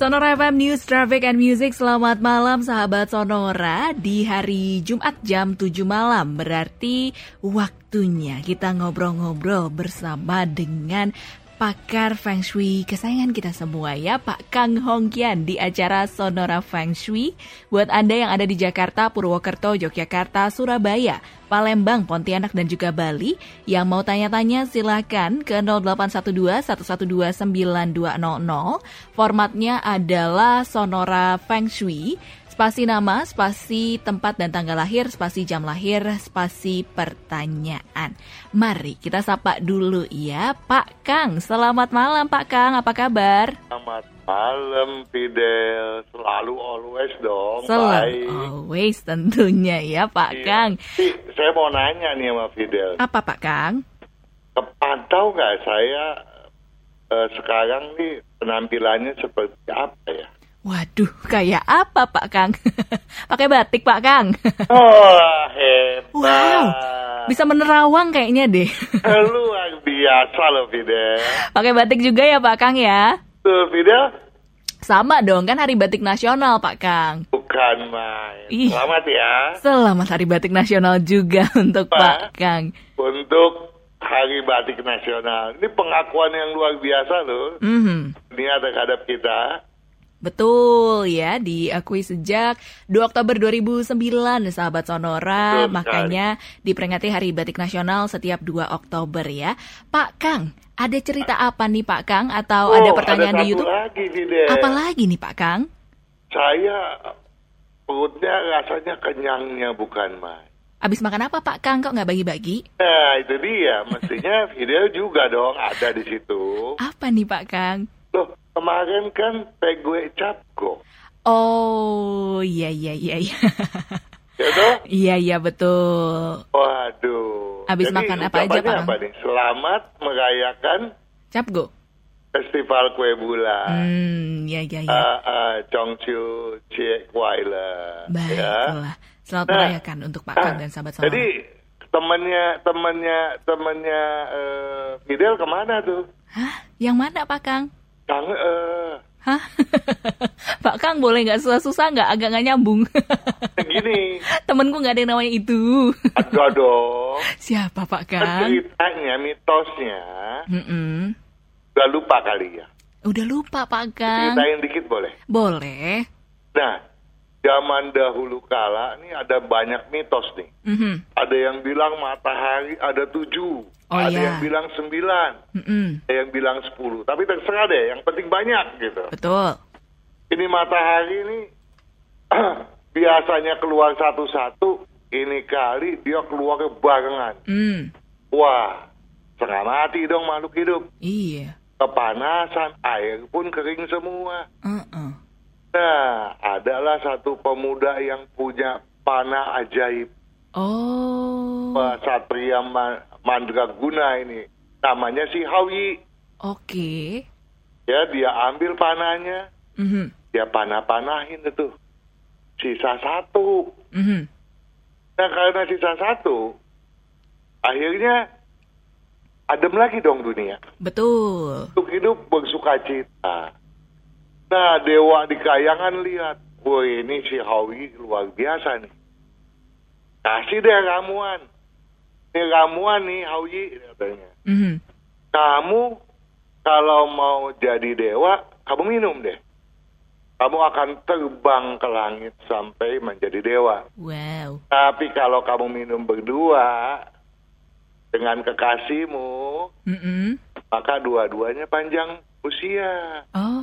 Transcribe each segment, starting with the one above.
Sonora FM News, Traffic and Music. Selamat malam sahabat Sonora. Di hari Jumat jam 7 malam berarti waktunya kita ngobrol-ngobrol bersama dengan pakar Feng Shui kesayangan kita semua ya, Pak Kang Hongkian di acara Sonora Feng Shui. Buat Anda yang ada di Jakarta, Purwokerto, Yogyakarta, Surabaya, Palembang, Pontianak dan juga Bali yang mau tanya-tanya silakan ke 0812 112 9200. Formatnya adalah Sonora Feng Shui. Spasi nama, spasi tempat dan tanggal lahir, spasi jam lahir, spasi pertanyaan. Mari kita sapa dulu ya Pak Kang. Selamat malam Pak Kang, apa kabar? Selamat malam Fidel, selalu always dong. Selalu always tentunya ya Pak Kang. Saya mau nanya nih sama Fidel. Apa Pak Kang? Kepantau nggak saya sekarang nih penampilannya seperti apa ya? Waduh, kayak apa Pak Kang? Pakai batik Pak Kang? Oh, hebat. Wow, bisa menerawang kayaknya deh. Luar biasa loh Fidel. Pakai batik juga ya Pak Kang ya? Tuh Fidel? Sama dong, kan Hari Batik Nasional Pak Kang. Bukan main. Ih, selamat ya. Selamat Hari Batik Nasional juga untuk Pak Kang. Untuk Hari Batik Nasional. Ini pengakuan yang luar biasa loh. Ini terhadap kita. Betul ya, diakui sejak 2 Oktober 2009 sahabat Sonora. Betul, makanya diperingati Hari Batik Nasional setiap 2 Oktober ya. Pak Kang, ada cerita apa nih Pak Kang? Atau ada pertanyaan di YouTube? Lagi, Fidel. Apa lagi nih Pak Kang? Saya perutnya rasanya kenyangnya bukan main. Abis makan apa Pak Kang? Kok nggak bagi-bagi? Nah itu dia, mestinya Fidel juga dong ada di situ. Apa nih Pak Kang? Loh, kemarin kan pegue capgo. Oh, iya. Ya toh? Iya, betul. Waduh. Abis jadi, makan apa aja Pak? Apa nih? Selamat merayakan Capgo. Festival Kue Bulan. Iya. Chongqiu Chie Kuai Le. Baiklah. Selamat merayakan untuk Pak Kang dan sahabat Sonora. Jadi temannya Fidel kemana tuh? Hah? Yang mana Pak Kang? Kang Hah? Pak Kang boleh nggak susah-susah nggak? Agak nggak nyambung. Gini. Temenku nggak ada yang namanya itu. Ada dong. Siapa Pak Kang? Ceritanya, mitosnya. Udah lupa kali ya. Udah lupa Pak Kang. Ceritain dikit boleh? Boleh. Nah, zaman dahulu kala nih ada banyak mitos nih. Ada yang bilang matahari ada 7. Ada yang bilang 9, ada yang bilang 10. Tapi terserah deh, yang penting banyak gitu. Betul. Ini matahari ini biasanya keluar satu-satu. Ini kali dia keluar barengan. Wah, setengah mati dong makhluk hidup. Iya. Kepanasan, air pun kering semua. Nah, adalah satu pemuda yang punya panah ajaib. Oh. Satria Mandraguna ini. Namanya si Hawi. Oke. Ya, dia ambil panahnya. Dia panah-panahin itu. Sisa 1. Nah, karena sisa 1, akhirnya adem lagi dong dunia. Betul. Untuk hidup bersuka cita. Nah, dewa di kayangan lihat. Wah, ini si Hawi luar biasa nih. Kasih deh ramuan. Ini ramuan nih Hawi katanya. Kamu kalau mau jadi dewa, kamu minum deh. Kamu akan terbang ke langit sampai menjadi dewa. Wow. Tapi kalau kamu minum berdua dengan kekasihmu, maka dua-duanya panjang usia.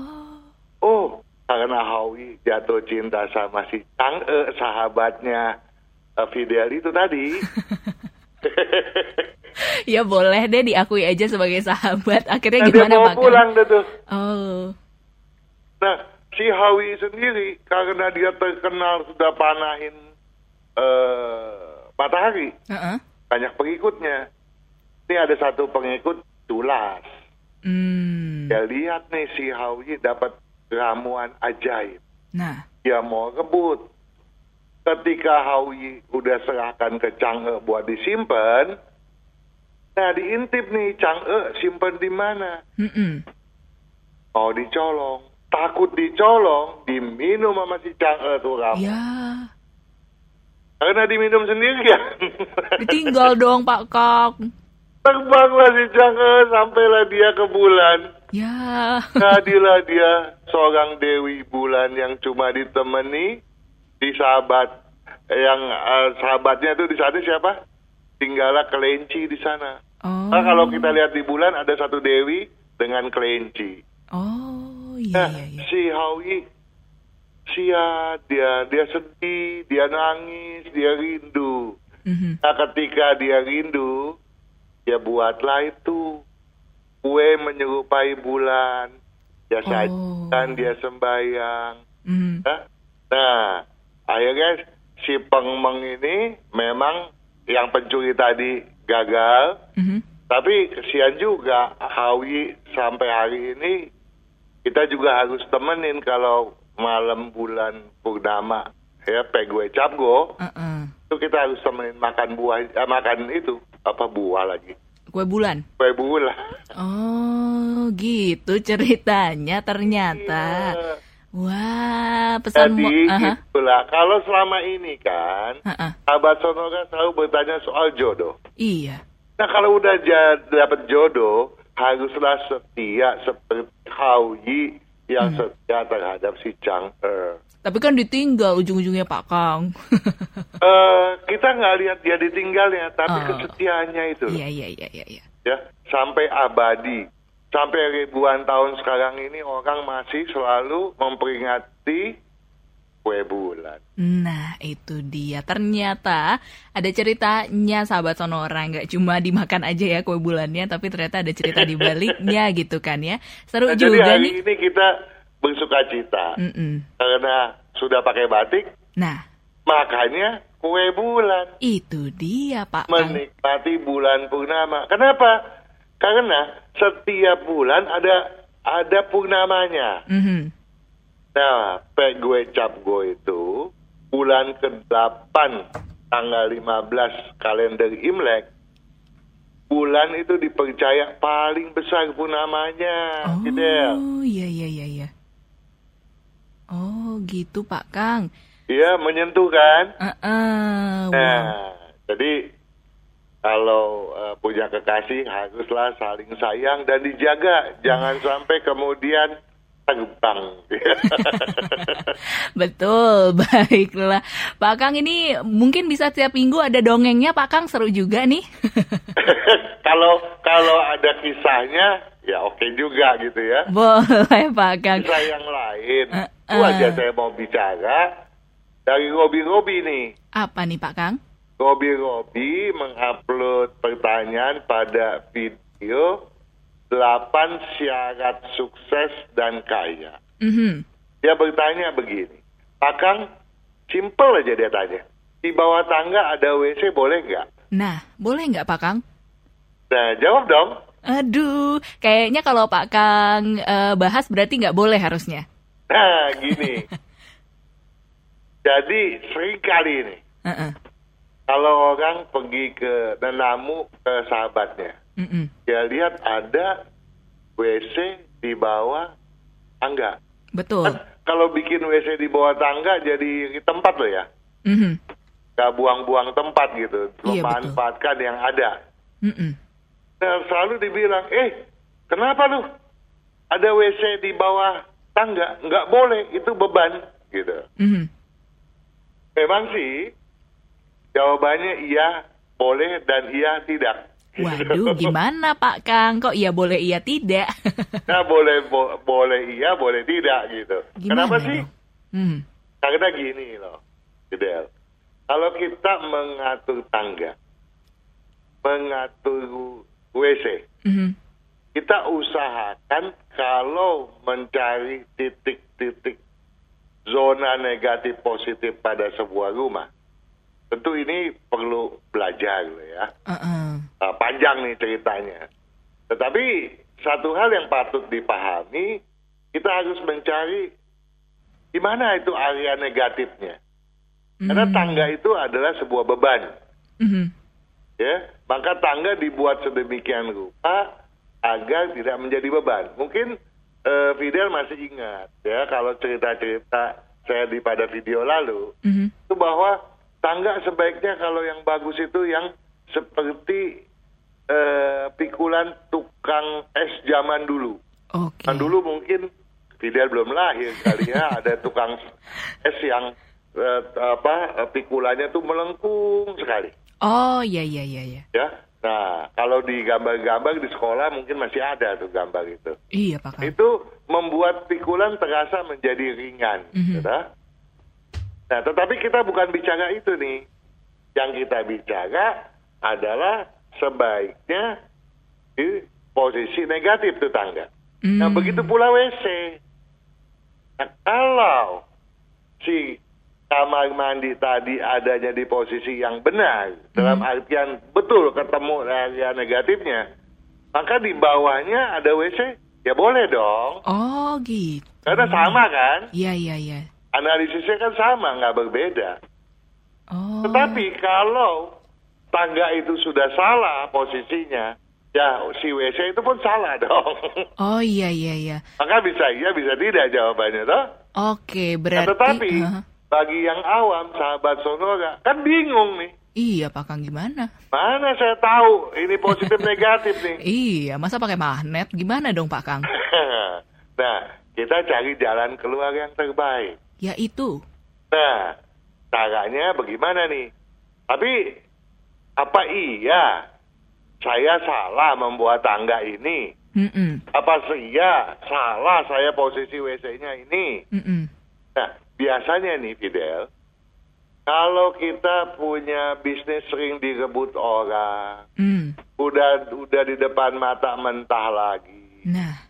Oh, karena Hawi jatuh cinta sama si Chang'e, sahabatnya Fidel itu tadi. Ya boleh deh diakui aja sebagai sahabat. Akhirnya nah, gimana Pak? Dia mau pulang deh tuh. Oh. Nah, si Hawi sendiri karena dia terkenal sudah panahin matahari, banyak pengikutnya. Ini ada satu pengikut tulas. Dia lihat nih si Hawi dapat ramuan ajaib. Nah, dia mau rebut. Ketika Hawi udah serahkan ke Chang'e buat disimpan, nah diintip nih Chang'e simpen di mana? Mau dicolong. takut dicolong, diminum sama si Chang'e tuh kamu. Ya. Karena diminum sendirian. Ditinggal dong Pak Kang. Terbanglah si Chang'e, sampailah dia ke bulan. Ya. Jadilah dia seorang Dewi Bulan yang cuma ditemani di sahabat yang sahabatnya tuh di sana siapa? Tinggallah kelinci di sana. Oh. Nah, kalau kita lihat di bulan ada satu dewi dengan kelinci. Oh, Nah, iya. si Howie, dia sedih, dia nangis, dia rindu. Nah, ketika dia rindu, dia buatlah itu kue menyerupai bulan. Dia sajikan, dia sembahyang. Nah, akhirnya si Pengmeng ini memang yang pencuri tadi gagal, tapi kesian juga Howie sampai hari ini kita juga harus temenin kalau malam bulan purnama ya Pegwe Capgo itu kita harus temenin makan buah, makan itu apa buah lagi kue bulan. Kue bulan. Oh gitu ceritanya ternyata. Iya. Wah, pesan jadi gitulah. Kalau selama ini kan, sahabat Sonora selalu bertanya soal jodoh. Iya. Nah kalau udah dapat jodoh, haruslah setia seperti Howie yang setia terhadap si Chang'e. Tapi kan ditinggal ujung-ujungnya Pak Kang. Kita nggak lihat dia ditinggalnya, tapi kesetiaannya itu. Iya. Ya, sampai abadi. Sampai ribuan tahun sekarang ini orang masih selalu memperingati kue bulan. Nah, itu dia. Ternyata ada ceritanya sahabat Sonora. Nggak cuma dimakan aja ya kue bulannya, tapi ternyata ada cerita di baliknya gitu kan ya. Seru nah, juga jadi hari nih. ini kita bersuka cita. Karena sudah pakai batik. Nah, makanya kue bulan. Itu dia Pak Kang. Menikmati bulan purnama. Kenapa? Karena setiap bulan ada purnamanya. Nah, Pegwe Capgo itu bulan ke-8 tanggal 15 kalender Imlek. Bulan itu dipercaya paling besar purnamanya. Oh, iya. Oh, gitu Pak Kang. Iya, menyentuh kan? Wow. Jadi kalau punya kekasih haruslah saling sayang dan dijaga. Jangan sampai kemudian terbang. Betul, baiklah. Pak Kang ini mungkin bisa tiap minggu ada dongengnya Pak Kang, seru juga nih. Kalau ada kisahnya, ya oke juga gitu ya. Boleh Pak Kang. Kisah yang lain, itu aja saya mau bicara dari Robi nih. Apa nih Pak Kang? Robi mengupload pertanyaan pada video 8 syarat sukses dan kaya. Dia bertanya begini, Pak Kang, simple aja dia tanya, di bawah tangga ada WC boleh nggak? Nah, boleh nggak Pak Kang? Nah, jawab dong. Aduh, kayaknya kalau Pak Kang bahas berarti nggak boleh harusnya. Nah, gini. Jadi sering kali ini. Kalau orang pergi ke menamu ke sahabatnya, dia lihat ada WC di bawah tangga. Betul. Kalau bikin WC di bawah tangga jadi tempat loh ya. Gak buang-buang tempat gitu, memanfaatkan yang ada. Nah, selalu dibilang, kenapa lu ada WC di bawah tangga? Nggak boleh, itu beban gitu. Memang sih. Jawabannya iya, boleh, dan iya, tidak. Waduh, gimana Pak Kang? Kok iya boleh, iya tidak? Nah, boleh iya, boleh tidak, gitu. Gimana kenapa sih? Karena gini loh, Fidel. Kalau kita mengatur tangga, mengatur WC, kita usahakan kalau mencari titik-titik zona negatif positif pada sebuah rumah, tentu ini perlu belajar ya. Panjang nih ceritanya. Tetapi satu hal yang patut dipahami, kita harus mencari di mana itu area negatifnya. Karena tangga itu adalah sebuah beban. Ya, maka tangga dibuat sedemikian rupa agar tidak menjadi beban. Mungkin Fidel masih ingat ya kalau cerita-cerita saya pada video lalu itu bahwa tangga sebaiknya kalau yang bagus itu yang seperti pikulan tukang es zaman dulu. Oke. Kan dulu mungkin Fidel belum lahir kali ya, ada tukang es yang pikulannya tuh melengkung sekali. Oh iya. Ya, nah kalau di gambar-gambar di sekolah mungkin masih ada tuh gambar itu. Iya Pak Kang. Itu membuat pikulan terasa menjadi ringan. Nah, tetapi kita bukan bicara itu nih. Yang kita bicara adalah sebaiknya di posisi negatif tuh tangga. Nah begitu pula WC. Nah, kalau si kamar mandi tadi adanya di posisi yang benar, dalam artian betul ketemu area negatifnya, maka di bawahnya ada WC, ya boleh dong. Oh gitu. Karena sama kan? Iya. Analisisnya kan sama, nggak berbeda. Oh. Tetapi kalau tangga itu sudah salah posisinya, ya si WC itu pun salah dong. Oh iya. Maka bisa iya, bisa tidak jawabannya toh. Oke, berarti. Nah, tetapi bagi yang awam, sahabat Sonora, kan bingung nih. Iya Pak Kang, gimana? Mana saya tahu ini positif negatif nih. Iya, masa pakai magnet? Gimana dong Pak Kang? Nah, kita cari jalan keluar yang terbaik. Yaitu? Nah, caranya bagaimana nih? Tapi apa iya saya salah membuat tangga ini? Apa iya salah saya posisi WC-nya ini? Nah, biasanya nih Fidel, kalau kita punya bisnis sering direbut orang, udah di depan mata mentah lagi,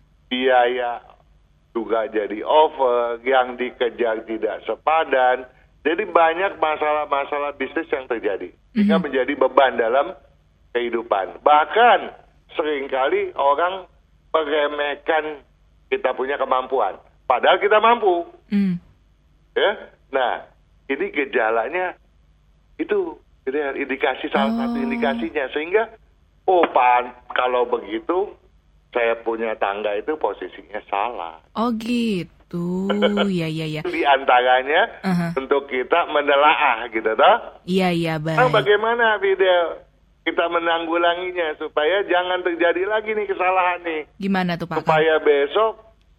biaya juga jadi over, yang dikejar tidak sepadan, jadi banyak masalah-masalah bisnis yang terjadi, sehingga menjadi beban dalam kehidupan. Bahkan seringkali orang meremehkan kita punya kemampuan, padahal kita mampu. Ya, nah ini gejalanya itu indikasi, salah satu indikasinya, sehingga kalau begitu saya punya tangga itu posisinya salah. Oh gitu, iya. Di antaranya untuk kita menelaah gitu toh. Iya baik. Nah, bagaimana Fidel kita menanggulanginya supaya jangan terjadi lagi nih kesalahan nih. Gimana tuh Pak? Supaya besok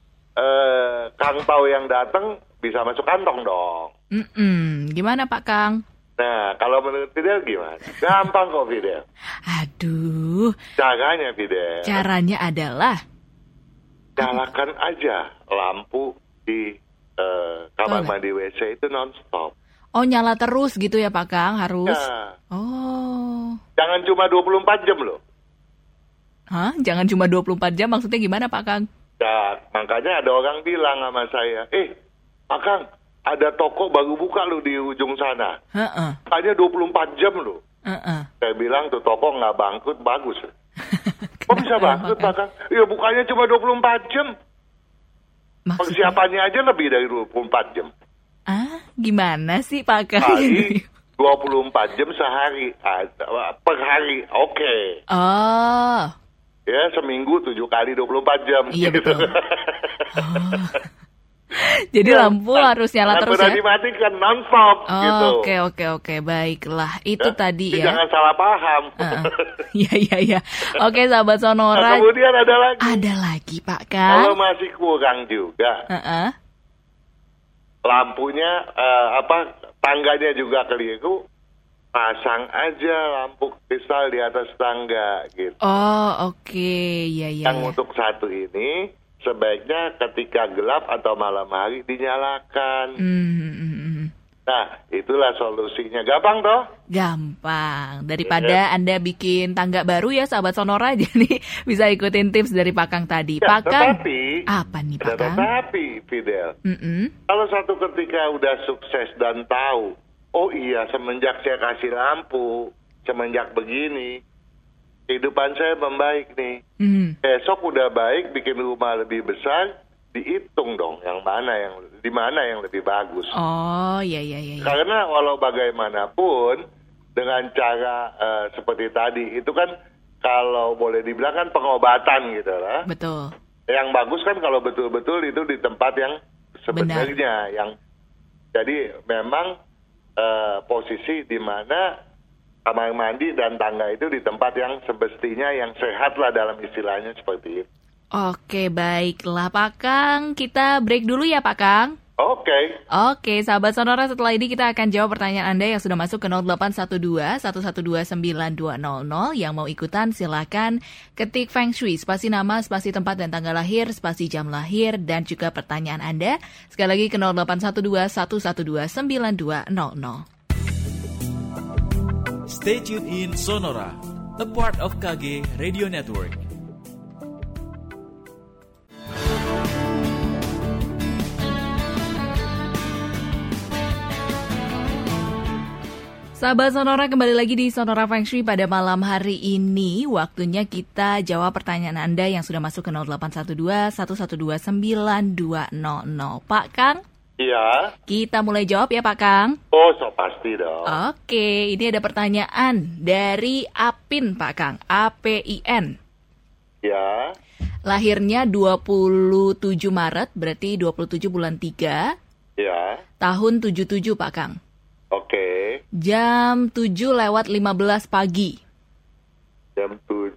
Kang Pau yang datang bisa masuk kantong dong. Gimana Pak Kang? Nah, kalau menurut Fidel gimana? Gampang kok Fidel. Aduh. Caranya Fidel. Caranya adalah nyalakan aja lampu di kamar mandi WC itu non-stop. Oh, nyala terus gitu ya Pak Kang, harus? Ya. Oh. Jangan cuma 24 jam loh. Hah? Jangan cuma 24 jam, maksudnya gimana Pak Kang? Ya, makanya ada orang bilang sama saya, Pak Kang, ada toko baru buka loh di ujung sana. Hanya 24 jam loh. Saya bilang tuh toko nggak bangkrut, bagus. Kok bisa bangkrut Pak Kang? Ya bukanya cuma 24 jam. Maksudnya? Persiapannya aja lebih dari 24 jam. Gimana sih Pak Kang? Kali 24 jam sehari, per hari, oke. Oh. Ya, seminggu 7 kali 24 jam. Iya gitu. betul. Jadi lampu harus nyala terus ya? Dimatikan non-stop gitu. Oke, baiklah. Itu tadi ya. Jangan salah paham. Iya. Oke, sahabat Sonora. Nah, kemudian ada lagi. Ada lagi Pak Kang. Kalau masih kurang juga. Lampunya tangganya juga keliru, pasang aja lampu kristal di atas tangga gitu. Oh, oke. Iya. Yang untuk satu ini sebaiknya ketika gelap atau malam hari dinyalakan. Nah, itulah solusinya. Gampang toh? Gampang. Daripada Anda bikin tangga baru ya sahabat Sonora, jadi bisa ikutin tips dari Pak Kang tadi. Ya, Pak Kang, tetapi, apa nih Pak Kang? Tetapi, Fidel, kalau satu ketika udah sukses dan tahu, oh iya semenjak saya kasih lampu, semenjak begini, kehidupan saya membaik nih. Besok udah baik, bikin rumah lebih besar, dihitung dong di mana yang lebih bagus. Oh, iya. Karena walau bagaimanapun dengan cara seperti tadi itu kan kalau boleh dibilang kan pengobatan gitu lah. Betul. Yang bagus kan kalau betul-betul itu di tempat yang sebenarnya. Jadi memang posisi di mana kamar mandi dan tangga itu di tempat yang semestinya, yang sehat lah dalam istilahnya seperti itu. Oke, baiklah Pak Kang. Kita break dulu ya Pak Kang. Oke, sahabat Sonora, setelah ini kita akan jawab pertanyaan Anda yang sudah masuk ke 0812-112-9200. Yang mau ikutan silakan ketik Feng Shui, spasi nama, spasi tempat dan tanggal lahir, spasi jam lahir, dan juga pertanyaan Anda. Sekali lagi ke 0812-112-9200. Stay tuned in Sonora, a part of KG Radio Network. Sahabat Sonora, kembali lagi di Sonora Feng Shui pada malam hari ini. Waktunya kita jawab pertanyaan Anda yang sudah masuk ke 0812-112-9200. Pak Kang? Iya. Kita mulai jawab ya Pak Kang? Oh, so pasti dong. Oke, ini ada pertanyaan dari Apin Pak Kang, APIN. Ya. Lahirnya 27 Maret, berarti 27 bulan 3. Ya. Tahun 77 Pak Kang. Oke. Jam 7:15 pagi. Jam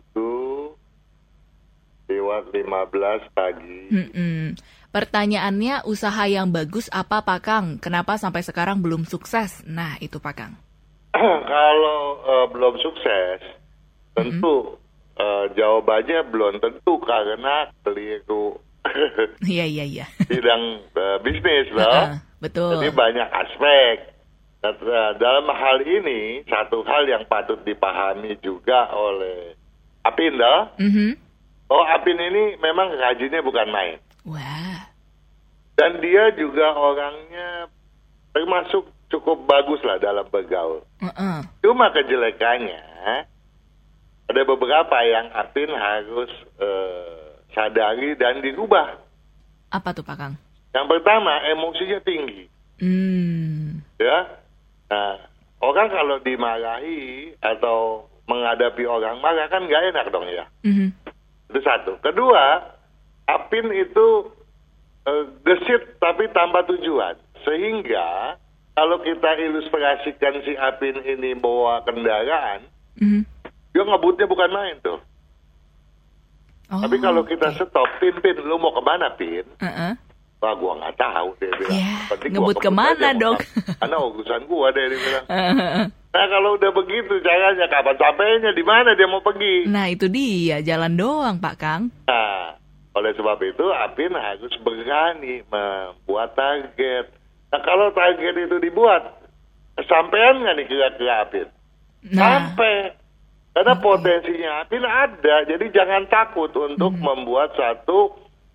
7:15 pagi. Pertanyaannya, usaha yang bagus apa Pak Kang? Kenapa sampai sekarang belum sukses? Nah, itu Pak Kang. Kalau belum sukses, tentu jawabannya belum tentu karena keliru. Iya. Bidang bisnis loh. Betul. Jadi banyak aspek. Dalam hal ini, satu hal yang patut dipahami juga oleh Apin loh. Oh, Apin ini memang rajinnya bukan main. Wah. Dan dia juga orangnya termasuk cukup bagus lah dalam bergaul. Cuma kejelekannya, ada beberapa yang Apin harus sadari dan dirubah. Apa tuh Pak Kang? Yang pertama, emosinya tinggi. Ya. Nah, orang kalau dimarahi atau menghadapi orang marah kan nggak enak dong ya. Itu satu. Kedua, Apin itu gesit tapi tanpa tujuan. Sehingga kalau kita ilustrasikan si Apin ini bawa kendaraan, dia ngebutnya bukan main tuh. Tapi kalau kita stop, Pin, lu mau kemana, Pin? Wah, gua nggak tahu, dia bilang. Ngebut kemana dong? Karena urusan gua, dia bilang. Nah, kalau udah begitu caranya, kapan sampainya, di mana dia mau pergi? Nah, itu dia, jalan doang, Pak Kang. Nah, oleh sebab itu, Apin harus berani membuat target. Nah, kalau target itu dibuat, kesampaian nggak nih kira-kira Apin? Sampai. Karena potensinya Apin ada, jadi jangan takut untuk membuat satu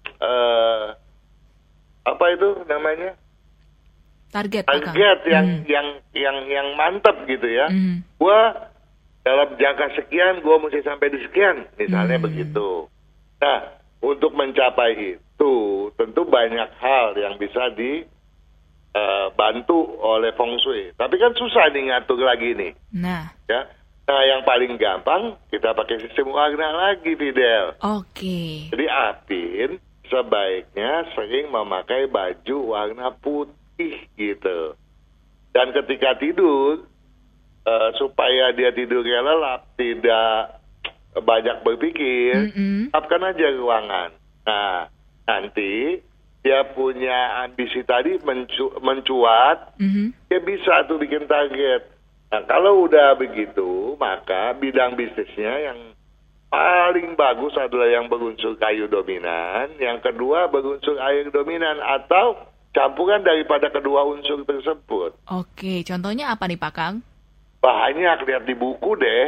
apa itu namanya? Target yang mantap gitu ya. Gua dalam jangka sekian gua mesti sampai di sekian, misalnya begitu. Nah, untuk mencapai itu tentu banyak hal yang bisa dibantu oleh Feng Shui. Tapi kan susah nih ngatur lagi nih. Ya. Nah, yang paling gampang kita pakai sistem warna lagi, Fidel. Oke. Jadi Apin sebaiknya sering memakai baju warna putih gitu. Dan ketika tidur, supaya dia tidurnya lelap, tidak banyak berpikir, tapkan aja ruangan. Nah, nanti dia punya ambisi tadi mencuat, dia bisa tuh bikin target. Nah, kalau udah begitu, maka bidang bisnisnya yang paling bagus adalah yang berunsur kayu dominan, yang kedua berunsur air dominan, atau campuran daripada kedua unsur tersebut. Oke, contohnya apa nih Pak Kang? Banyak, lihat di buku deh.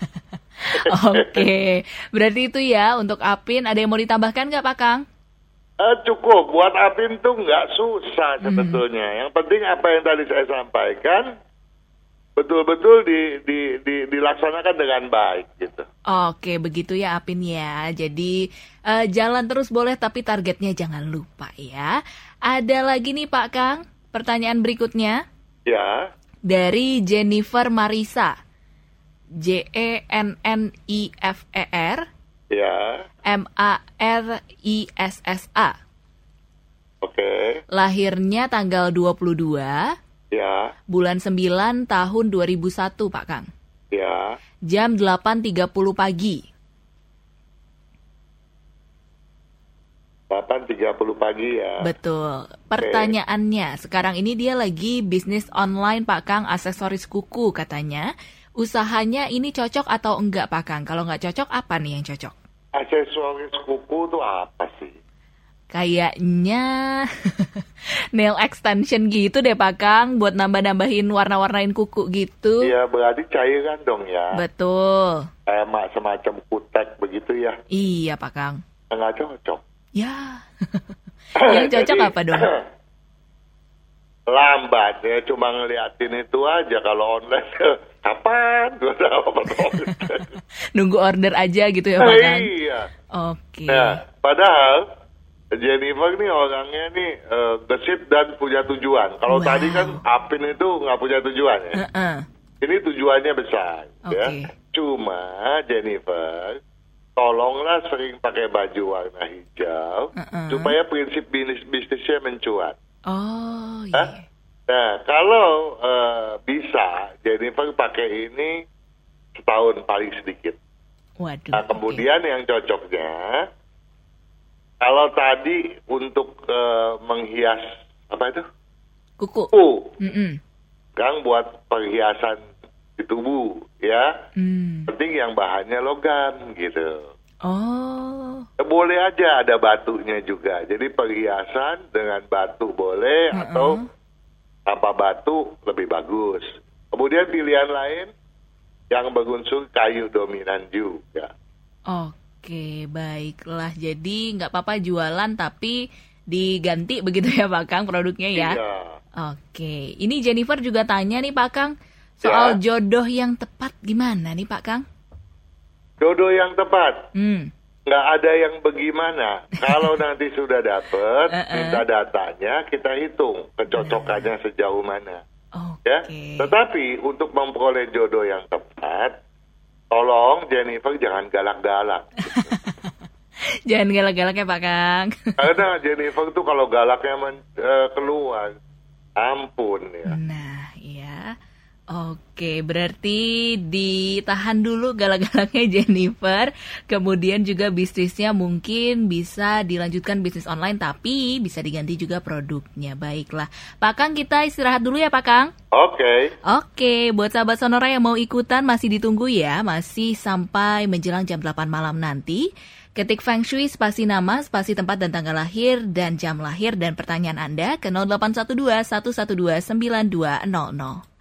Oke, berarti itu ya untuk Apin. Ada yang mau ditambahkan nggak Pak Kang? Cukup, buat Apin tuh nggak susah sebetulnya. Yang penting apa yang tadi saya sampaikan, betul-betul dilaksanakan dengan baik gitu. Oke, begitu ya Apin ya. Jadi jalan terus boleh tapi targetnya jangan lupa ya. Ada lagi nih Pak Kang, pertanyaan berikutnya. Ya. Dari Jennifer Marisa. JENNIFER Ya. Marissa. Oke. Lahirnya tanggal 22 Ya. bulan 9 tahun 2001, Pak Kang. Ya. Jam 8.30 pagi. 8.30 pagi ya. Betul. Pertanyaannya, sekarang ini dia lagi bisnis online, Pak Kang, aksesoris kuku katanya. Usahanya ini cocok atau enggak, Pak Kang? Kalau nggak cocok, apa nih yang cocok? Aksesoris kuku itu apa sih? Kayaknya nail extension gitu deh, Pak Kang, buat nambah-nambahin warna-warnain kuku gitu. Iya, berarti cairan dong ya. Betul. Kayak semacam kutek begitu ya. Iya, Pak Kang. Nggak cocok. Ya. Yang cocok Jadi, apa dong? Lambat ya, cuma ngeliatin itu aja. Kalau online, kapan? Nunggu order aja gitu ya, Pak Kang? Iya. Oke. Nah, padahal Jennifer nih orangnya nih gesit dan punya tujuan. Kalau Wow. tadi kan Apin itu nggak punya tujuan ya. Ini tujuannya besar ya. Oke. Cuma Jennifer, tolonglah sering pakai baju warna hijau supaya prinsip bisnisnya mencuat. Oh, Hah? iya. Nah, kalau bisa Jennifer pakai ini setahun paling sedikit. Waduh. Nah, kemudian yang cocoknya, kalau tadi untuk menghias apa itu? Kuku. Kan buat perhiasan di tubuh, ya. Penting yang bahannya logam gitu. Oh. Boleh aja ada batunya juga. Jadi perhiasan dengan batu boleh atau tanpa batu lebih bagus. Kemudian pilihan lain yang berunsur kayu dominan juga. Oke, baiklah. Jadi nggak apa-apa jualan tapi diganti begitu ya, Pak Kang, produknya ya? Iya. Oke. Ini Jennifer juga tanya nih, Pak Kang, soal jodoh yang tepat gimana nih, Pak Kang? Jodoh yang tepat. Nggak ada yang bagaimana. Kalau nanti sudah dapet, minta datanya, kita hitung kecocokannya sejauh mana. Ya. Tetapi untuk memperoleh jodoh yang tepat, tolong Jennifer jangan galak-galak. Jangan galak-galak ya, Pak Kang. Karena Jennifer tuh kalau galaknya keluar, ampun ya. Nah, ya. Oke, berarti ditahan dulu galak-galaknya Jennifer. Kemudian juga bisnisnya mungkin bisa dilanjutkan bisnis online, tapi bisa diganti juga produknya. Baiklah. Pak Kang, kita istirahat dulu ya, Pak Kang? Oke, buat sahabat Sonora yang mau ikutan masih ditunggu ya. Masih sampai menjelang jam 8 malam nanti. Ketik Feng Shui, spasi nama, spasi tempat dan tanggal lahir, dan jam lahir dan pertanyaan Anda ke 0812 112 9200.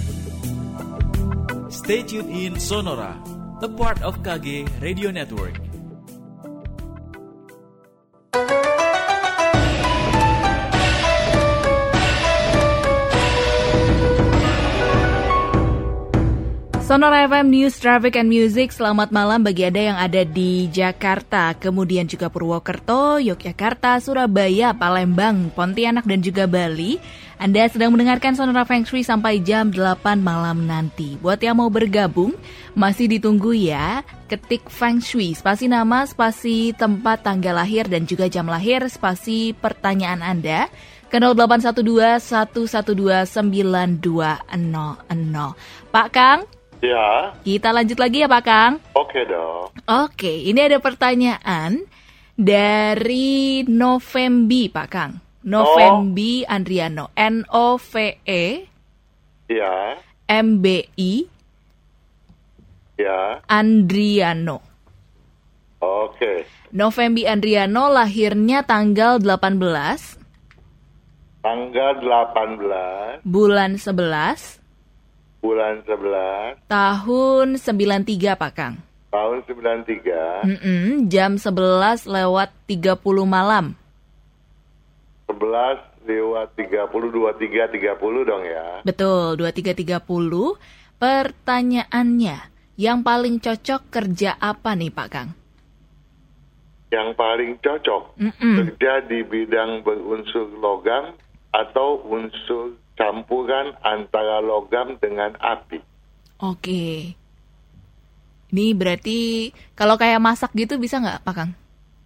Stay tuned in Sonora, a part of KG Radio Network. Sonora FM News, Traffic and Music, selamat malam bagi Anda yang ada di Jakarta, kemudian juga Purwokerto, Yogyakarta, Surabaya, Palembang, Pontianak, dan juga Bali. Anda sedang mendengarkan Sonora Feng Shui sampai jam 8 malam nanti. Buat yang mau bergabung, masih ditunggu ya. Ketik Feng Shui, spasi nama, spasi tempat, tanggal lahir, dan juga jam lahir, spasi pertanyaan Anda ke 0812 112 9200. Pak Kang? Ya. Kita lanjut lagi ya, Pak Kang? Oke dong. Oke, ini ada pertanyaan dari Novembi, Pak Kang. Novembi Andriano, Nove Ya. MBI Ya. Andriano. Oke. Novembi Andriano lahirnya tanggal 18 Tanggal 18 bulan 11 bulan 11 tahun 93, Pak Kang. tahun 93. Jam 11 lewat 30 malam. 11 lewat 30, 23, 30 dong ya. Betul, 23.30. Pertanyaannya, yang paling cocok kerja apa nih, Pak Kang? Yang paling cocok kerja di bidang berunsur logam atau unsur campuran antara logam dengan api. Oke. Ini berarti kalau kayak masak gitu bisa nggak, Pak Kang?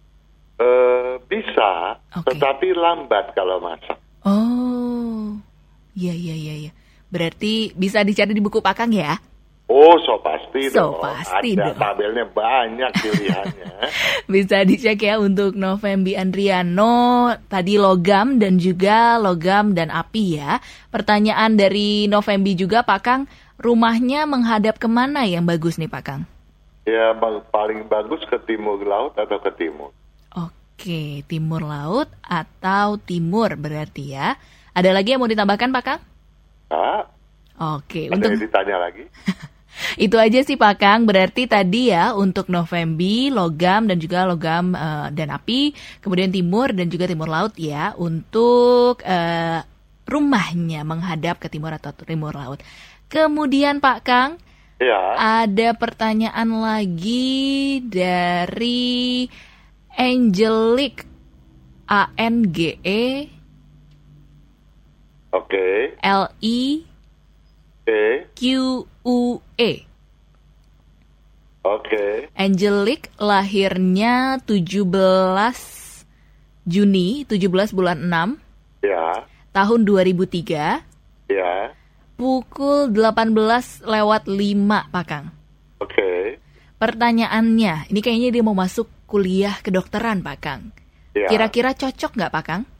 Bisa, Oke. tetapi lambat kalau masak. Oh, iya. Berarti bisa dicari di buku Pak Kang ya? Oh, so pasti So dong. pasti Ada dong. tabelnya banyak pilihannya. Bisa dicek ya untuk Novembi Andriano, tadi logam dan juga logam dan api ya. Pertanyaan dari Novembi juga Pak Kang, rumahnya menghadap kemana yang bagus nih Pak Kang? Ya, paling bagus ke timur laut atau ke timur. Oke, timur laut atau timur berarti ya. Ada lagi yang mau ditambahkan Pak Kang? Nah, Oke, ada untuk yang ditanya lagi? itu aja sih Pak Kang. Berarti tadi ya untuk Novembi, logam dan juga logam dan api, kemudian timur dan juga timur laut ya untuk rumahnya menghadap ke timur atau timur laut. Kemudian Pak Kang, Ya, ada pertanyaan lagi dari Angelique ANGE oke. LIQUE. Oke. Angelique lahirnya 17 Juni, 17 bulan 6, Ya, tahun 2003, ya. pukul 18:05 Pak Kang. Oke. Pertanyaannya, ini kayaknya dia mau masuk kuliah kedokteran Pak Kang. Ya. Kira-kira cocok nggak Pak Kang?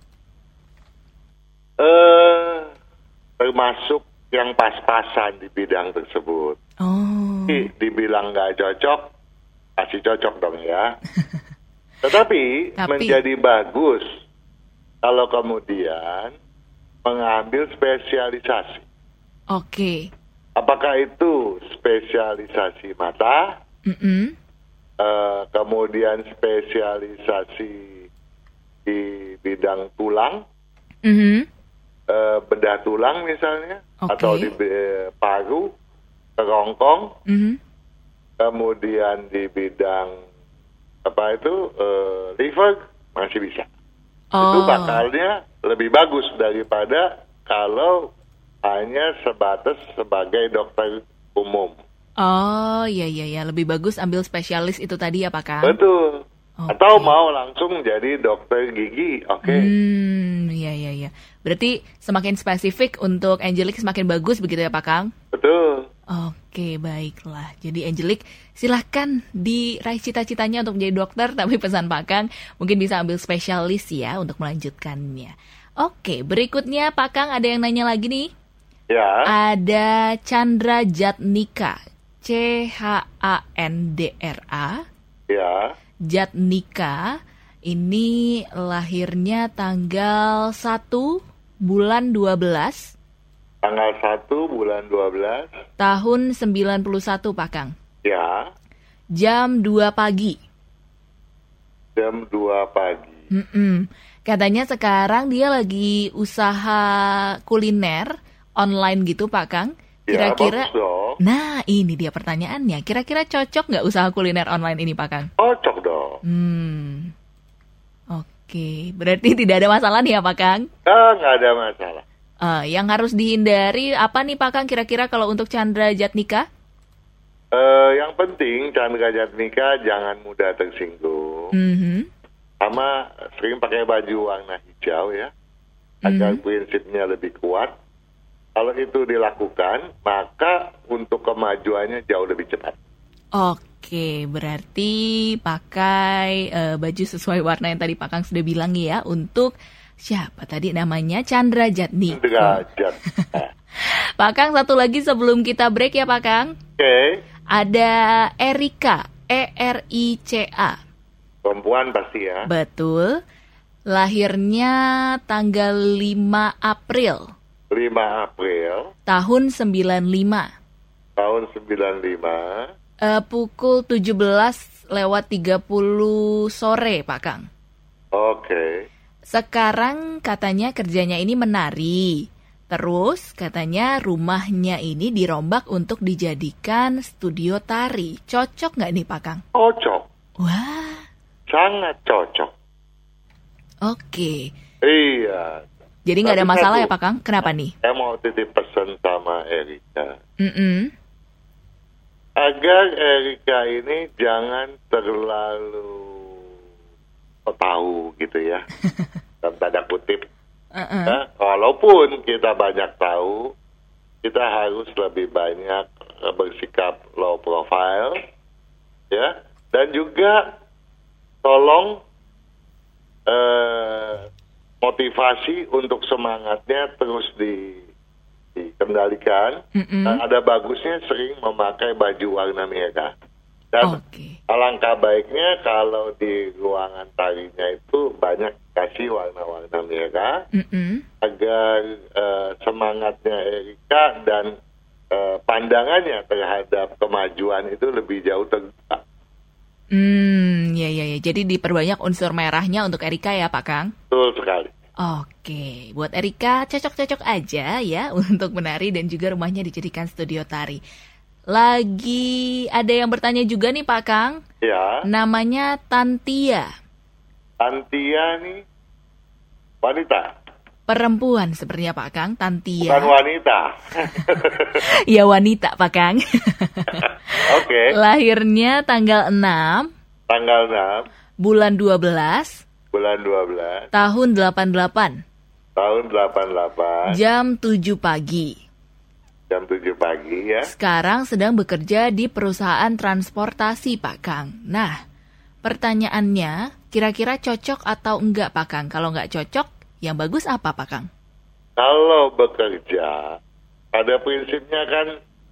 Termasuk yang pas-pasan di bidang tersebut. Oh, Dibilang nggak cocok, pasti cocok dong ya. Tetapi menjadi bagus kalau kemudian mengambil spesialisasi. oke. Apakah itu spesialisasi mata, Mm-mm. kemudian spesialisasi di bidang tulang, Mhm. bedah tulang misalnya, Oke. atau di paru, kerongkong, Mhm. kemudian di bidang liver masih bisa. Itu Oh. bakalnya lebih bagus daripada kalau hanya sebatas sebagai dokter umum. Oh, iya. Lebih bagus ambil spesialis itu tadi ya Pak Kang? Betul. Oke. Atau mau langsung jadi dokter gigi, oke. Iya. Berarti semakin spesifik untuk Angelique semakin bagus begitu ya Pak Kang? Betul. Oke, baiklah. Jadi Angelique, silahkan diraih cita-citanya untuk menjadi dokter, tapi pesan Pak Kang mungkin bisa ambil spesialis ya untuk melanjutkannya. Oke, berikutnya Pak Kang ada yang nanya lagi nih. Ya, Ada Chandra Jatnika, CHANDRA, ya. Jatnika, ini lahirnya tanggal 1 bulan 12, Tanggal 1 bulan 12, tahun 91 Pak Kang. ya, Jam 2 pagi. jam 2 pagi. Katanya sekarang dia lagi usaha kuliner online gitu Pak Kang. Ya, Kira-kira, bagus dong. nah ini dia pertanyaannya. Kira-kira cocok nggak usaha kuliner online ini Pak Kang? Cocok dong. Oke, berarti tidak ada masalah nih ya Pak Kang? Nggak ada masalah. Yang harus dihindari apa nih Pak Kang kira-kira kalau untuk Chandra Jatnika? Yang penting Chandra Jatnika jangan mudah tersinggung. Sama sering pakai baju warna hijau ya, agar prinsipnya lebih kuat. Kalau itu dilakukan, maka untuk kemajuannya jauh lebih cepat. Oke, berarti pakai baju sesuai warna yang tadi Pak Kang sudah bilang ya untuk siapa tadi namanya? Chandra Jatnika. Derajat. Pak Kang satu lagi sebelum kita break ya Pak Kang. Oke, Ada Erika, ERICA. perempuan pasti ya. Betul. Lahirnya tanggal 5 April 5 April tahun 95. tahun 95. Pukul 17:30 sore Pak Kang. Oke. Sekarang katanya kerjanya ini menari. Terus katanya rumahnya ini dirombak untuk dijadikan studio tari. Cocok nggak nih Pak Kang? Cocok. Wah, Sangat cocok. oke. Iya. Jadi nggak ada Tapi masalah satu, ya Pak Kang? Kenapa nih? Saya mau titip pesan sama Erika. agar Erika ini jangan terlalu tahu gitu ya, dalam tanda kutip. Ya, walaupun kita banyak tahu, kita harus lebih banyak bersikap low profile, ya, dan juga tolong motivasi untuk semangatnya terus dikendalikan. Dan ada bagusnya sering memakai baju warna merah. Dan alangkah baiknya kalau di ruangan tarinya itu banyak kasih warna-warna merah agar semangatnya Erika dan pandangannya terhadap kemajuan itu lebih jauh terbuka. Ya. Jadi diperbanyak unsur merahnya untuk Erika ya Pak Kang? Betul sekali. Oke, buat Erika cocok-cocok aja ya untuk menari dan juga rumahnya dijadikan studio tari. Lagi ada yang bertanya juga nih Pak Kang. Ya. Namanya Tantia. Tantia nih wanita. Perempuan sepertinya Pak Kang, Tantia. Bukan wanita. Ya wanita Pak Kang. Oke. Lahirnya tanggal 6. Tanggal 6. Bulan 12. Bulan 12. Tahun 88. Tahun 88. Jam 7 pagi. Jam 7 pagi ya. Sekarang sedang bekerja di perusahaan transportasi Pak Kang. Nah, pertanyaannya kira-kira cocok atau enggak Pak Kang? Kalau enggak cocok, yang bagus apa Pak Kang? Kalau bekerja, pada prinsipnya kan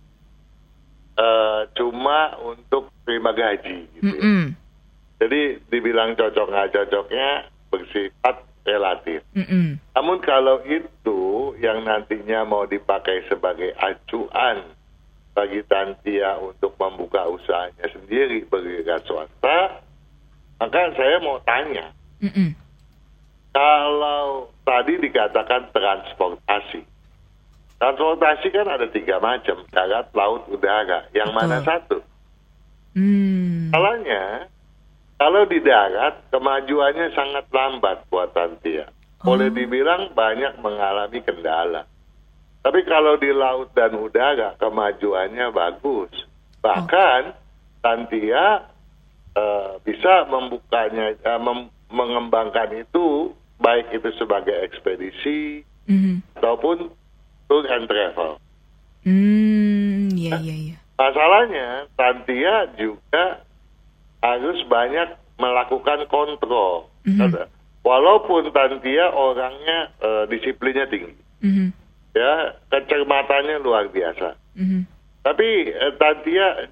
cuma untuk terima gaji gitu ya. Jadi dibilang cocok nggak cocoknya bersifat relatif. Namun kalau itu yang nantinya mau dipakai sebagai acuan bagi Tantia untuk membuka usahanya sendiri bergerak swasta, maka saya mau tanya, kalau tadi dikatakan transportasi kan ada 3 macam, darat, laut, udara. Yang mana satu? Salahnya, kalau di darat kemajuannya sangat lambat buat Tantia. Boleh dibilang banyak mengalami kendala. Tapi kalau di laut dan udara kemajuannya bagus. Bahkan Tantia bisa membukanya, mengembangkan itu, baik itu sebagai ekspedisi ataupun tour and travel. Iya. Masalahnya Tantia juga harus banyak melakukan kontrol. Walaupun Tantia orangnya disiplinnya tinggi, ya, kecermatannya luar biasa. Tapi Tantia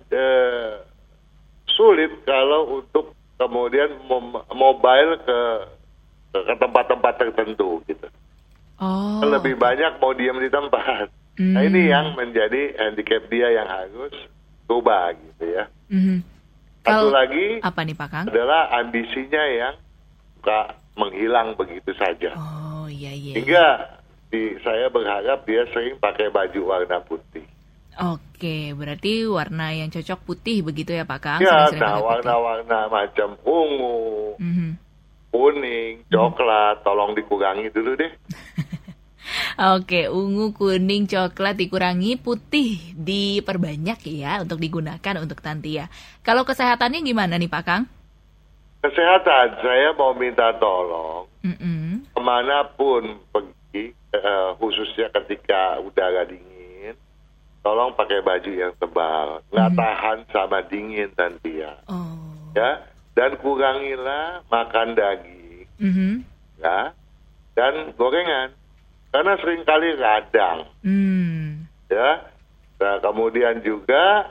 sulit kalau untuk kemudian mobile ke tempat-tempat tertentu gitu. Lebih banyak mau diam di tempat. Nah ini yang menjadi handicap dia yang harus coba gitu ya. Satu lagi apa nih Pak Kang? Adalah ambisinya yang suka menghilang begitu saja. Iya. Hingga saya berharap dia sering pakai baju warna putih. Oke, berarti warna yang cocok putih begitu ya Pak Kang? Ya, nah warna-warna macam ungu, kuning, coklat, tolong dikurangi dulu deh. Oke, ungu, kuning, coklat dikurangi, putih diperbanyak ya untuk digunakan untuk Tantia. Kalau kesehatannya gimana nih Pak Kang? Kesehatan, saya mau minta tolong kemanapun pergi, khususnya ketika udara dingin, tolong pakai baju yang tebal, nggak tahan sama dingin Tantia. Ya, dan kurangilah makan daging, ya, dan gorengan. Karena seringkali radang. Ya. Nah, kemudian juga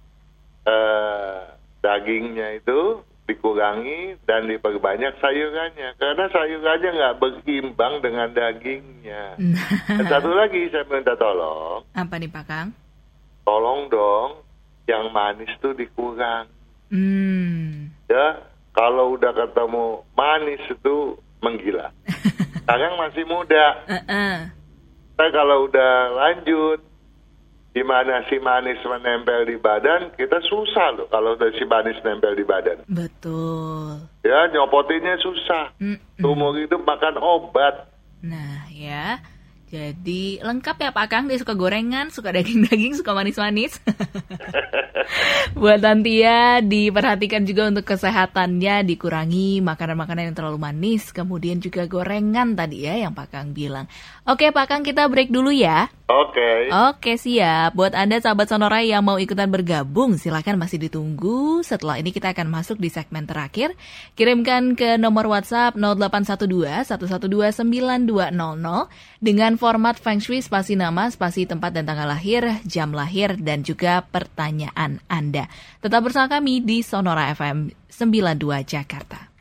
dagingnya itu dikurangi dan diperbanyak sayurannya. Karena sayurannya nggak berimbang dengan dagingnya. Dan satu lagi saya minta tolong. Apa nih Pak Kang? Tolong dong, yang manis tuh dikurang. Ya, kalau udah ketemu manis itu menggila. Sekarang masih muda. Tapi kalau udah lanjut, di mana si manis menempel di badan, kita susah loh kalau udah si manis nempel di badan. Betul. Ya, nyopotinnya susah. Umur hidup makan obat. Nah ya, Jadi lengkap ya Pak Kang, dia suka gorengan, suka daging-daging, suka manis-manis. Buat Tantia, diperhatikan juga untuk kesehatannya, dikurangi makanan-makanan yang terlalu manis, kemudian juga gorengan tadi ya yang Pak Kang bilang. Oke Pak Kang, kita break dulu ya. Oke, siap. Buat Anda sahabat Sonora yang mau ikutan bergabung, silakan masih ditunggu. Setelah ini kita akan masuk di segmen terakhir. Kirimkan ke nomor WhatsApp 0812 112 9200 dengan format Feng Shui spasi nama, spasi tempat dan tanggal lahir, jam lahir, dan juga pertanyaan Anda. Tetap bersama kami di Sonora FM 92 Jakarta.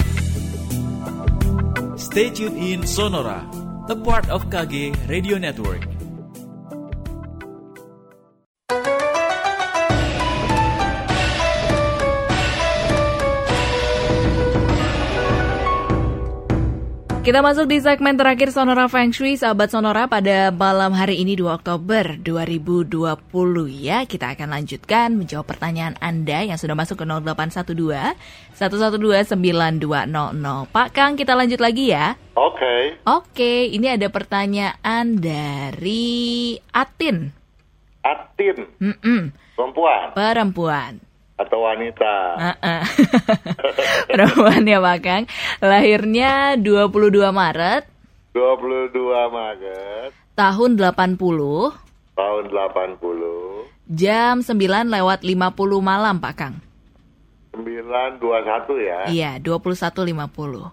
Stay tuned in Sonora, a part of KG Radio Network. Kita masuk di segmen terakhir Sonora Feng Shui, sahabat Sonora, pada malam hari ini 2 Oktober 2020 ya. Kita akan lanjutkan menjawab pertanyaan Anda yang sudah masuk ke 0812 112 9200. Pak Kang, kita lanjut lagi ya. Oke, ini ada pertanyaan dari Atin. Perempuan. Atau wanita. Perempuan ya Pak Kang. Lahirnya 22 Maret. Tahun 80. Jam 9:50 malam Pak Kang. 9:21 ya. Iya, 21:50.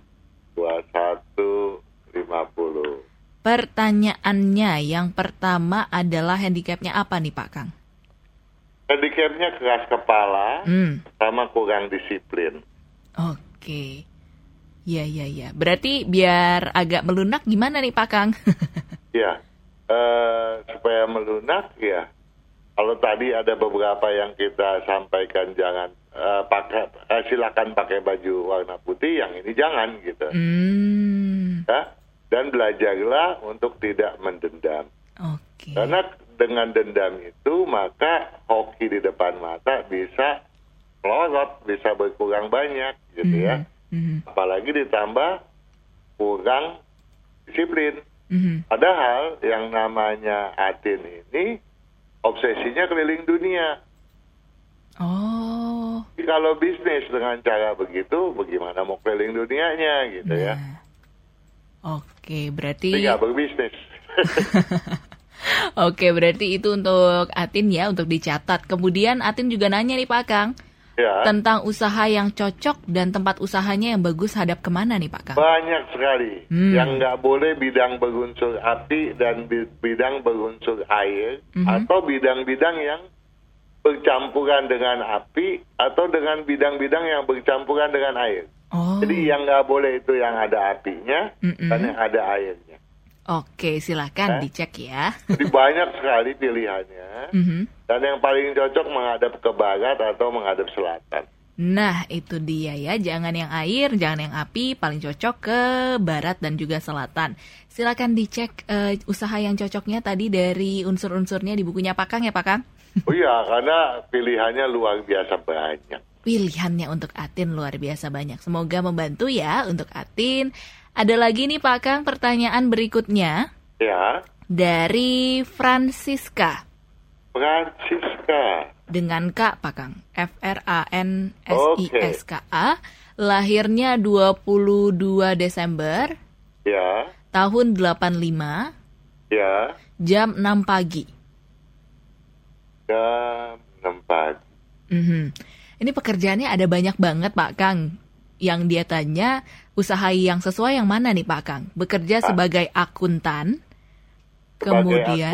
21:50. Pertanyaannya yang pertama adalah handicapnya apa nih Pak Kang? Handicapnya keras kepala sama kurang disiplin. Oke. Ya. Berarti biar agak melunak gimana nih Pak Kang? Ya, supaya melunak ya. Kalau tadi ada beberapa yang kita sampaikan, jangan silakan pakai baju warna putih, yang ini jangan gitu. Ya, dan belajarlah untuk tidak mendendam. Oke. Karena dengan dendam itu maka hoki di depan mata bisa melorot, bisa berkurang banyak gitu ya. Apalagi ditambah kurang disiplin. Padahal yang namanya Atin ini obsesinya keliling dunia. Jadi kalau bisnis dengan cara begitu, bagaimana mau keliling dunianya gitu ya. Oke, berarti tidak berbisnis. Oke, berarti itu untuk Atin ya, untuk dicatat. Kemudian Atin juga nanya nih Pak Kang, tentang usaha yang cocok dan tempat usahanya yang bagus hadap kemana nih Pak Kang? Banyak sekali. Yang nggak boleh bidang berunsur api dan bidang berunsur air, atau bidang-bidang yang bercampuran dengan api, atau dengan bidang-bidang yang bercampuran dengan air. Jadi yang nggak boleh itu yang ada apinya dan yang ada airnya. Oke, silakan dicek ya. Jadi banyak sekali pilihannya. Dan yang paling cocok menghadap ke barat atau menghadap selatan. Nah, itu dia ya. Jangan yang air, jangan yang api. Paling cocok ke barat dan juga selatan. Silakan dicek usaha yang cocoknya tadi dari unsur-unsurnya di bukunya Pak Kang ya Pak Kang? Oh iya, karena pilihannya luar biasa banyak. Pilihannya untuk Atin luar biasa banyak. Semoga membantu ya untuk Atin. Ada lagi nih Pak Kang pertanyaan berikutnya. Ya. Dari Francisca. Dengan K Pak Kang. Fransiska. Lahirnya 22 Desember. Ya. Tahun 85. Ya. Jam 6 pagi. Jam 6 pagi. Ini pekerjaannya ada banyak banget Pak Kang. Yang dia tanya, usaha yang sesuai yang mana nih Pak Kang? Bekerja sebagai akuntan, kemudian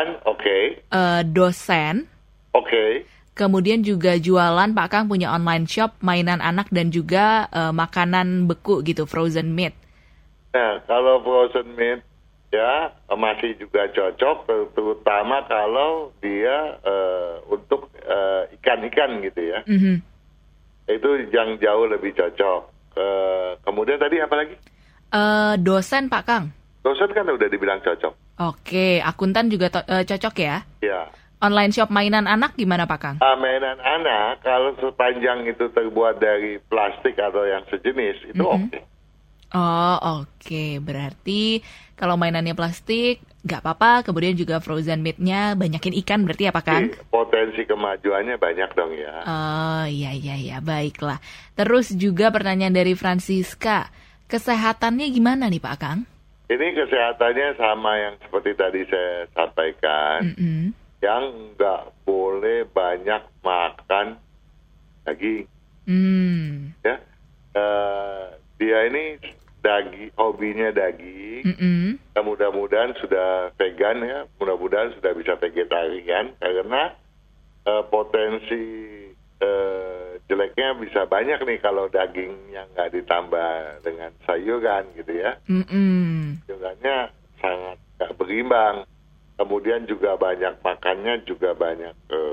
dosen, kemudian juga jualan Pak Kang, punya online shop, mainan anak dan juga makanan beku gitu, frozen meat. Nah, kalau frozen meat ya masih juga cocok, terutama kalau dia untuk ikan-ikan gitu ya. Itu yang jauh lebih cocok. Kemudian tadi apa lagi? Dosen Pak Kang. Dosen kan udah dibilang cocok. Oke, akuntan juga cocok ya? Ya. Online shop mainan anak gimana Pak Kang? Mainan anak kalau sepanjang itu terbuat dari plastik atau yang sejenis itu oke. Oh oke, berarti kalau mainannya plastik nggak apa-apa. Kemudian juga frozen meat-nya banyakin ikan berarti ya Pak Kang? Potensi kemajuannya banyak dong ya. Oh iya, baiklah. Terus juga pertanyaan dari Francisca, kesehatannya gimana nih Pak Kang? Ini kesehatannya sama yang seperti tadi saya sampaikan, yang nggak boleh banyak makan daging. Ya, dia ini hobinya daging. Mudah-mudahan sudah vegan ya, mudah-mudahan sudah bisa vegetarian karena potensi jeleknya bisa banyak nih kalau dagingnya nggak ditambah dengan sayuran gitu ya. Sayurannya sangat nggak berimbang. Kemudian juga banyak makannya juga banyak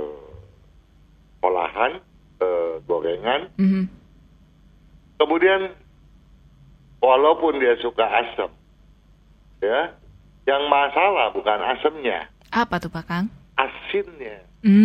olahan, gorengan. Kemudian walaupun dia suka asam, ya, yang masalah bukan asamnya. Apa tuh Pak Kang? Asinnya.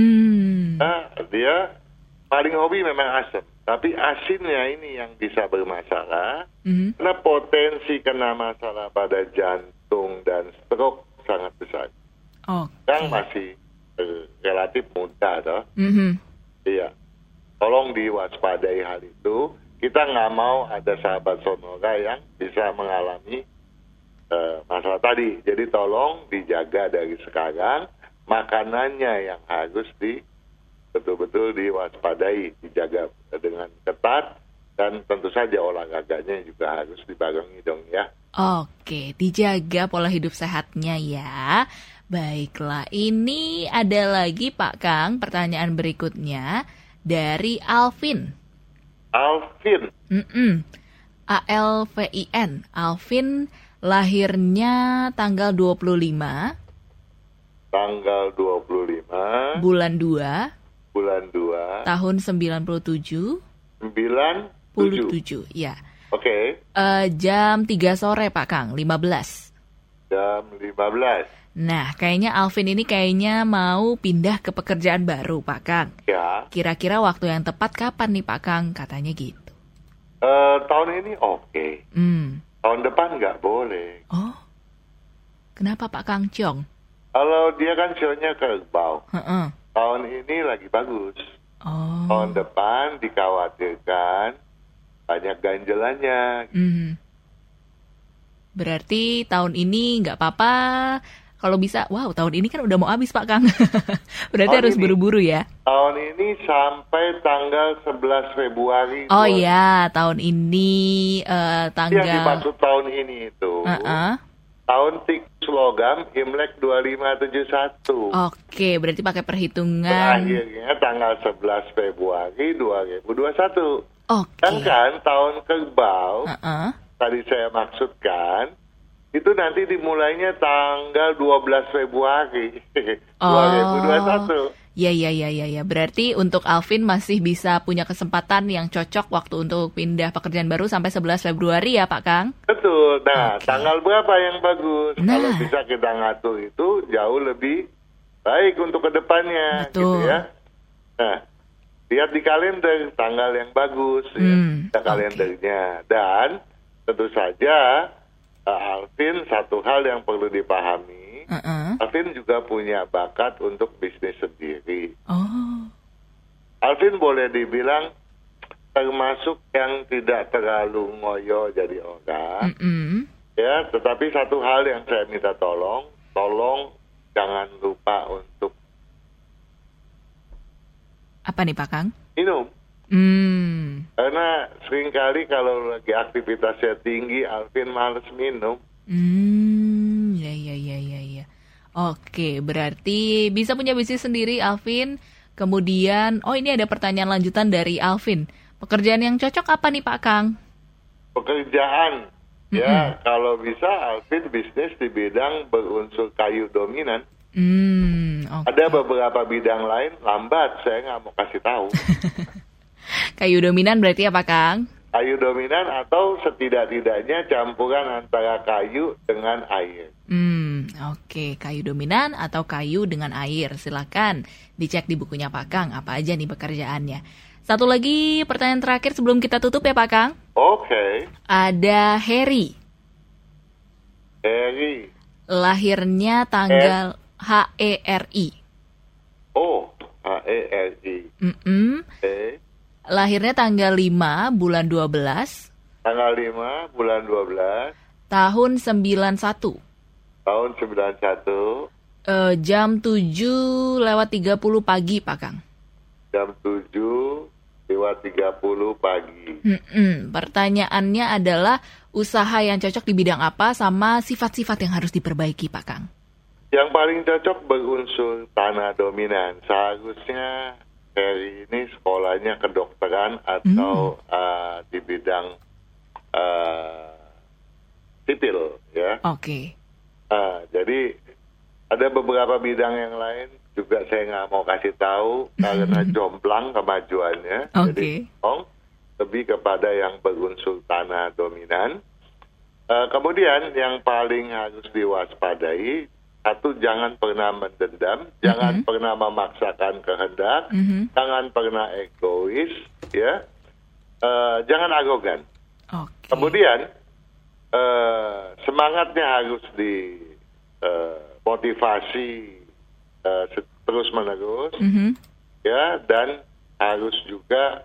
Dia paling hobi memang asam, tapi asinnya ini yang bisa bermasalah. Karena potensi kena masalah pada jantung dan stroke sangat besar. Yang masih relatif muda, toh. Iya, tolong diwaspadai hal itu. Kita nggak mau ada sahabat Sonora yang bisa mengalami masalah tadi. Jadi tolong dijaga dari sekarang. Makanannya yang harus betul-betul diwaspadai, dijaga dengan ketat, dan tentu saja olahraganya juga harus dibarengi dong ya. Oke, dijaga pola hidup sehatnya ya. Baiklah, ini ada lagi Pak Kang, pertanyaan berikutnya dari Alvin. Alvin. A-L-V-I-N. Alvin lahirnya tanggal 25. Tanggal 25. Bulan 2. Tahun 97. 97, ya. Oke. Jam 3 sore Pak Kang, 15. Jam 15. Nah, kayaknya Alvin ini mau pindah ke pekerjaan baru Pak Kang. Ya. Kira-kira waktu yang tepat kapan nih Pak Kang? Katanya gitu. Tahun ini oke. Tahun depan nggak boleh. Oh, kenapa Pak Kang Ciong? Kalau dia kan show-nya kerbau. Tahun ini lagi bagus. Tahun depan dikhawatirkan banyak ganjelannya. Berarti tahun ini nggak apa-apa. Kalau bisa, tahun ini kan udah mau habis Pak Kang. Berarti tahun harus buru-buru ya. Tahun ini sampai tanggal 11 Februari. Oh iya, tahun ini tanggal. Yang dimaksud tahun ini itu. Tahun tikus logam Imlek 2571. Oke, berarti pakai perhitungan. Terakhirnya tanggal 11 Februari 2021. Oke. Kan tahun kerbau, tadi saya maksudkan, itu nanti dimulainya tanggal 12 Februari 2021. Ya. Berarti untuk Alvin masih bisa punya kesempatan yang cocok waktu untuk pindah pekerjaan baru sampai 11 Februari ya Pak Kang? Betul. Nah, tanggal berapa yang bagus? Kalau bisa kita ngatur itu jauh lebih baik untuk kedepannya. Betul. Gitu ya. Nah, lihat di kalender tanggal yang bagus ya, kalendernya. Dan tentu saja Alvin, satu hal yang perlu dipahami, Alvin juga punya bakat untuk bisnis sendiri. Alvin boleh dibilang termasuk yang tidak terlalu ngoyo jadi orang. Ya, tetapi satu hal yang saya minta tolong jangan lupa untuk apa nih Pak Kang? Minum. Karena seringkali kalau lagi aktivitasnya tinggi, Alvin males minum. Ya. Oke, berarti bisa punya bisnis sendiri Alvin. Kemudian, ini ada pertanyaan lanjutan dari Alvin. Pekerjaan yang cocok apa nih Pak Kang? Pekerjaan, ya kalau bisa Alvin bisnis di bidang berunsur kayu dominan. Okay. Ada beberapa bidang lain lambat, saya nggak mau kasih tahu. Kayu dominan berarti apa Kang? Kayu dominan atau setidak-tidaknya campuran antara kayu dengan air. Oke, kayu dominan atau kayu dengan air. Silakan dicek di bukunya Pak Kang apa aja nih pekerjaannya. Satu lagi pertanyaan terakhir sebelum kita tutup ya Pak Kang. Oke. Ada Harry. Lahirnya tanggal HERI. Oh, HERI. Okay. Lahirnya tanggal 5 bulan 12. Tanggal 5 bulan 12. Tahun 91. Tahun 91. Jam 7:30 pagi, Pak Kang. Jam 7:30 pagi. Pertanyaannya adalah usaha yang cocok di bidang apa sama sifat-sifat yang harus diperbaiki, Pak Kang? Yang paling cocok berunsur tanah dominan. Seharusnya Heri ini sekolahnya kedokteran atau di bidang sipil, ya. Oke. Jadi ada beberapa bidang yang lain juga saya nggak mau kasih tahu karena jomplang kemajuannya. Oke. Jadi lebih kepada yang berunsur tanah dominan. Kemudian yang paling harus diwaspadai, satu, jangan pernah mendendam, jangan pernah memaksakan kehendak, jangan pernah egois, ya, jangan arogan. Okay. Kemudian semangatnya harus dimotivasi terus menerus, ya, dan harus juga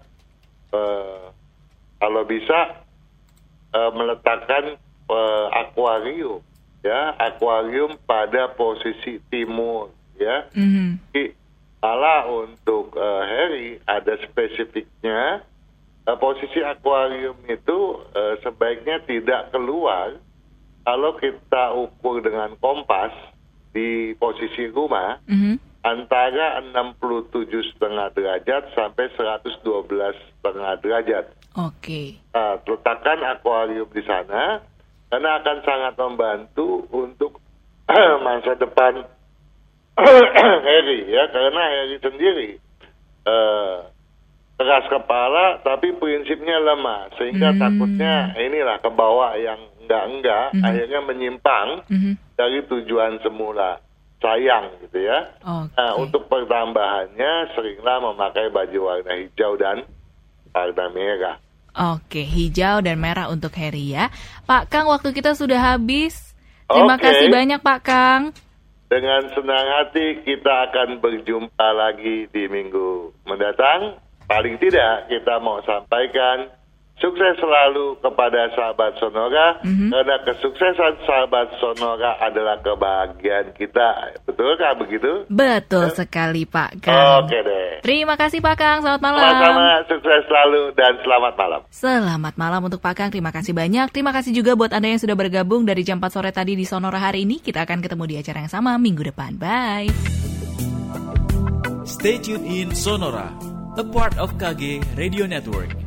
kalau bisa meletakkan akuarium. Ya, akuarium pada posisi timur, ya. Jadi, malah untuk Heri ada spesifiknya, posisi akuarium itu sebaiknya tidak keluar kalau kita ukur dengan kompas di posisi rumah antara 67,5 derajat sampai 112,5 derajat. Oke. Letakkan akuarium di sana. Karena akan sangat membantu untuk masa depan Heri, ya, karena Heri sendiri keras kepala tapi prinsipnya lemah, sehingga takutnya inilah kebawa yang enggak akhirnya menyimpang dari tujuan semula, sayang gitu ya. Nah, untuk pertambahannya seringlah memakai baju warna hijau dan warna merah. Oke, hijau dan merah untuk Heri, ya. Pak Kang, waktu kita sudah habis. Terima kasih banyak, Pak Kang. Dengan senang hati kita akan berjumpa lagi di minggu mendatang. Paling tidak kita mau sampaikan sukses selalu kepada sahabat Sonora, karena kesuksesan sahabat Sonora adalah kebahagiaan kita. Betulkah begitu? Betul sekali, Pak Kang. Oke deh. Terima kasih, Pak Kang. Selamat malam. Sama-sama, sukses selalu dan selamat malam. Selamat malam untuk Pak Kang. Terima kasih banyak. Terima kasih juga buat Anda yang sudah bergabung dari jam 4 sore tadi di Sonora hari ini. Kita akan ketemu di acara yang sama minggu depan. Bye. Stay tuned in Sonora, a part of KG Radio Network.